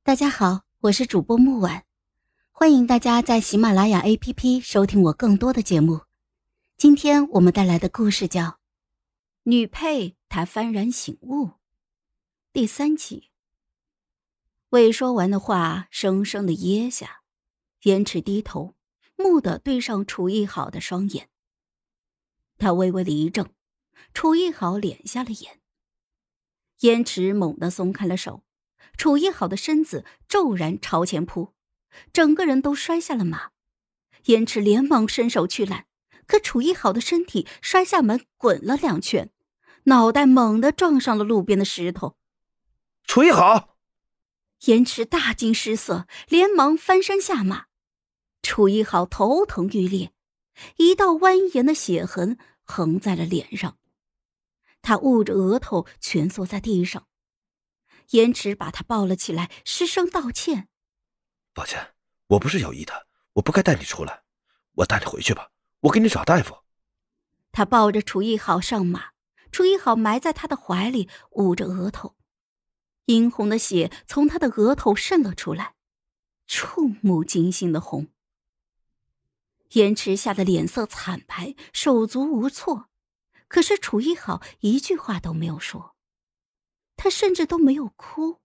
大家好，我是主播木婉，欢迎大家在喜马拉雅 APP 收听我更多的节目。今天我们带来的故事叫《女配她幡然醒悟》第3集。未说完的话生生地噎下，燕池低头，蓦地对上楚逸好的双眼。他微微的一怔，楚逸好敛下了眼。燕池猛地松开了手，楚逸好的身子骤然朝前扑，整个人都摔下了马。燕池连忙伸手去揽，可楚逸好的身体摔下门滚了2圈，脑袋猛地撞上了路边的石头。 楚逸好！ 燕池大惊失色，连忙翻身下马。楚逸好头疼欲裂，一道蜿蜒的血痕横在了脸上，他捂着额头蜷缩在地上。燕池把他抱了起来，失声道歉： 抱歉，我不是有意的，我不该带你出来，我带你回去吧，我给你找大夫。 他抱着楚逸好上马，楚逸好埋在他的怀里，捂着额头，殷红的血从他的额头渗了出来，触目惊心的红。燕池吓得脸色惨白，手足无措，可是楚逸好一句话都没有说，他甚至都没有哭。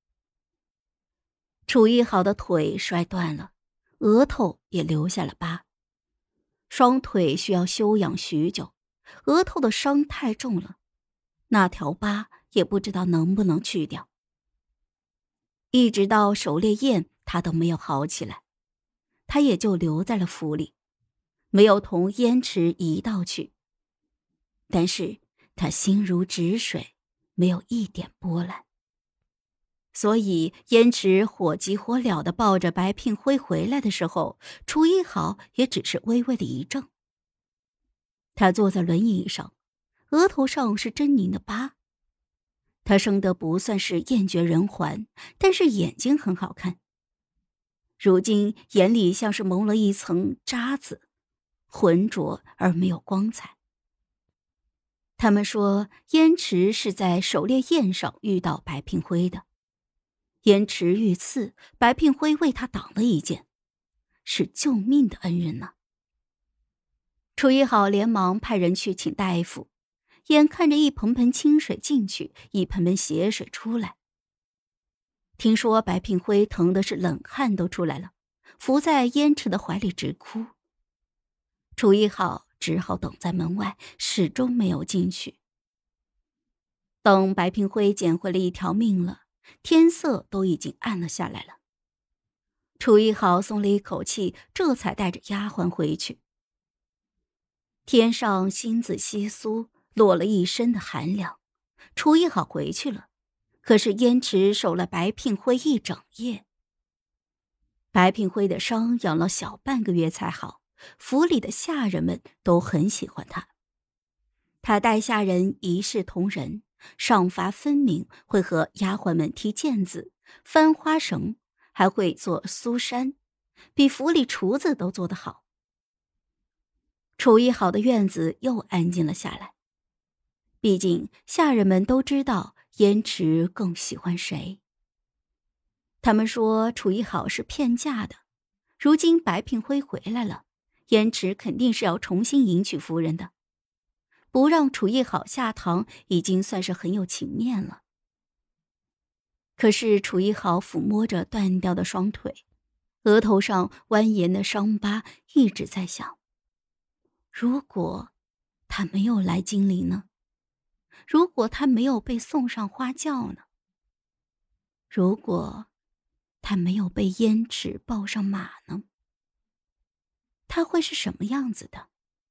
楚逸好的腿摔断了，额头也留下了疤，双腿需要休养许久，额头的伤太重了，那条疤也不知道能不能去掉。一直到狩猎宴他都没有好起来，他也就留在了府里，没有同燕池一道去。但是他心如止水，没有一点波澜。所以燕池火急火燎地抱着白聘辉回来的时候，楚逸好也只是微微的一怔。他坐在轮椅上，额头上是狰狞的疤。他生得不算是艳绝人寰，但是眼睛很好看，如今眼里像是蒙了一层渣子，浑浊而没有光彩。他们说燕池是在狩猎宴上遇到白聘辉的，燕池遇刺，白聘辉为他挡了一剑，是救命的恩人呢。楚逸好连忙派人去请大夫，眼看着一盆盆清水进去，一盆盆血水出来。听说白聘辉疼的是冷汗都出来了，伏在燕池的怀里直哭。楚逸好只好等在门外，始终没有进去。等白聘辉捡回了一条命了，天色都已经暗了下来了。楚逸好松了一口气，这才带着丫鬟回去。天上星子稀疏，落了一身的寒凉。楚逸好回去了，可是燕池守了白聘辉一整夜。白聘辉的伤养了小半个月才好，府里的下人们都很喜欢他。他带下人一视同仁，赏罚分明，会和丫鬟们踢毽子、翻花绳，还会做苏珊，比府里厨子都做得好。楚逸好的院子又安静了下来，毕竟下人们都知道燕池更喜欢谁。他们说楚逸好是骗嫁的，如今白聘辉回来了，燕池肯定是要重新迎娶夫人的，不让楚逸好下堂已经算是很有情面了。可是楚逸好抚摸着断掉的双腿，额头上蜿蜒的伤疤，一直在想，如果他没有来金陵呢？如果他没有被送上花轿呢？如果他没有被燕池抱上马呢？他会是什么样子的？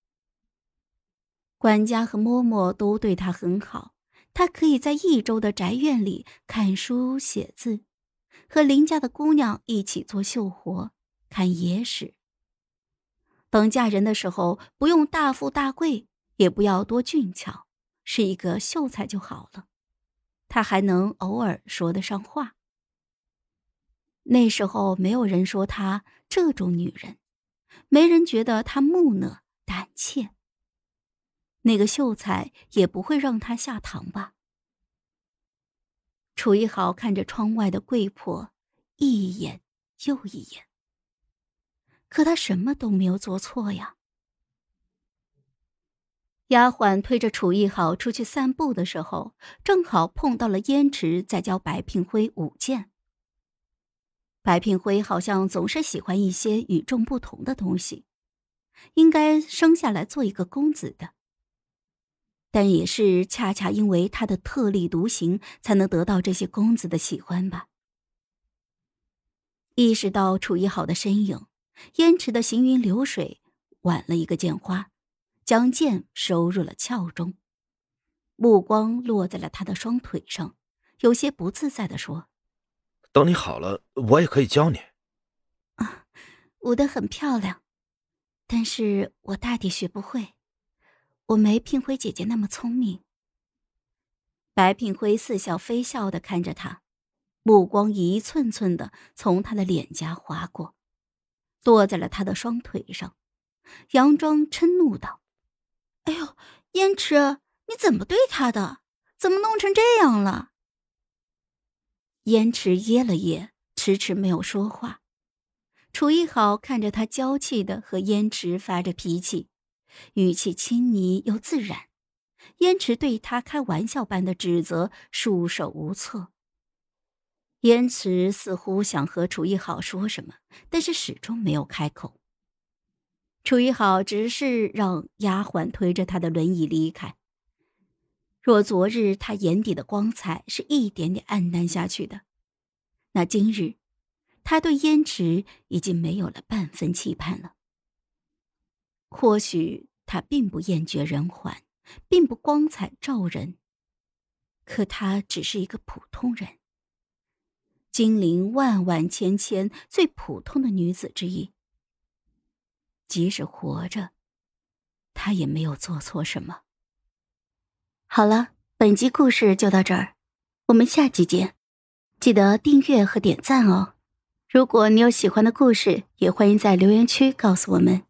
管家和嬷嬷都对他很好，他可以在益州的宅院里看书写字，和邻家的姑娘一起做绣活，看野史。等嫁人的时候，不用大富大贵，也不要多俊俏，是一个秀才就好了。他还能偶尔说得上话。那时候没有人说她这种女人，没人觉得她木讷胆怯。那个秀才也不会让她下堂吧。楚逸好看着窗外的桂魄， 一眼又一眼。可他什么都没有做错呀。丫鬟推着楚逸好出去散步的时候，正好碰到了燕池在教白聘辉舞剑。白聘辉好像总是喜欢一些与众不同的东西，应该生下来做一个公子的。但也是恰恰因为他的特立独行，才能得到这些公子的喜欢吧。意识到楚逸好的身影，燕池的行云流水挽了一个剑花，将剑收入了鞘中，目光落在了他的双腿上，有些不自在地说： 等你好了，我也可以教你。 啊，舞得很漂亮，但是我大抵学不会，我没聘辉姐姐那么聪明。白聘辉似笑非笑地看着他，目光一寸寸地从他的脸颊划过，落在了他的双腿上，佯装嗔怒道：哎呦，燕池，你怎么对他的？怎么弄成这样了？燕池噎了噎，迟迟没有说话。楚逸好看着他娇气的和燕池发着脾气，语气亲昵又自然。燕池对他开玩笑般的指责束手无策。燕池似乎想和楚逸好说什么，但是始终没有开口。楚逸好只是让丫鬟推着他的轮椅离开。若昨日他眼底的光彩是一点点暗淡下去的，那今日他对燕池已经没有了半分期盼了。或许他并不厌绝人寰，并不光彩照人，可他只是一个普通人，金陵万万千千最普通的女子之一。即使活着，他也没有做错什么。好了，本集故事就到这儿，我们下集见，记得订阅和点赞哦。如果你有喜欢的故事，也欢迎在留言区告诉我们。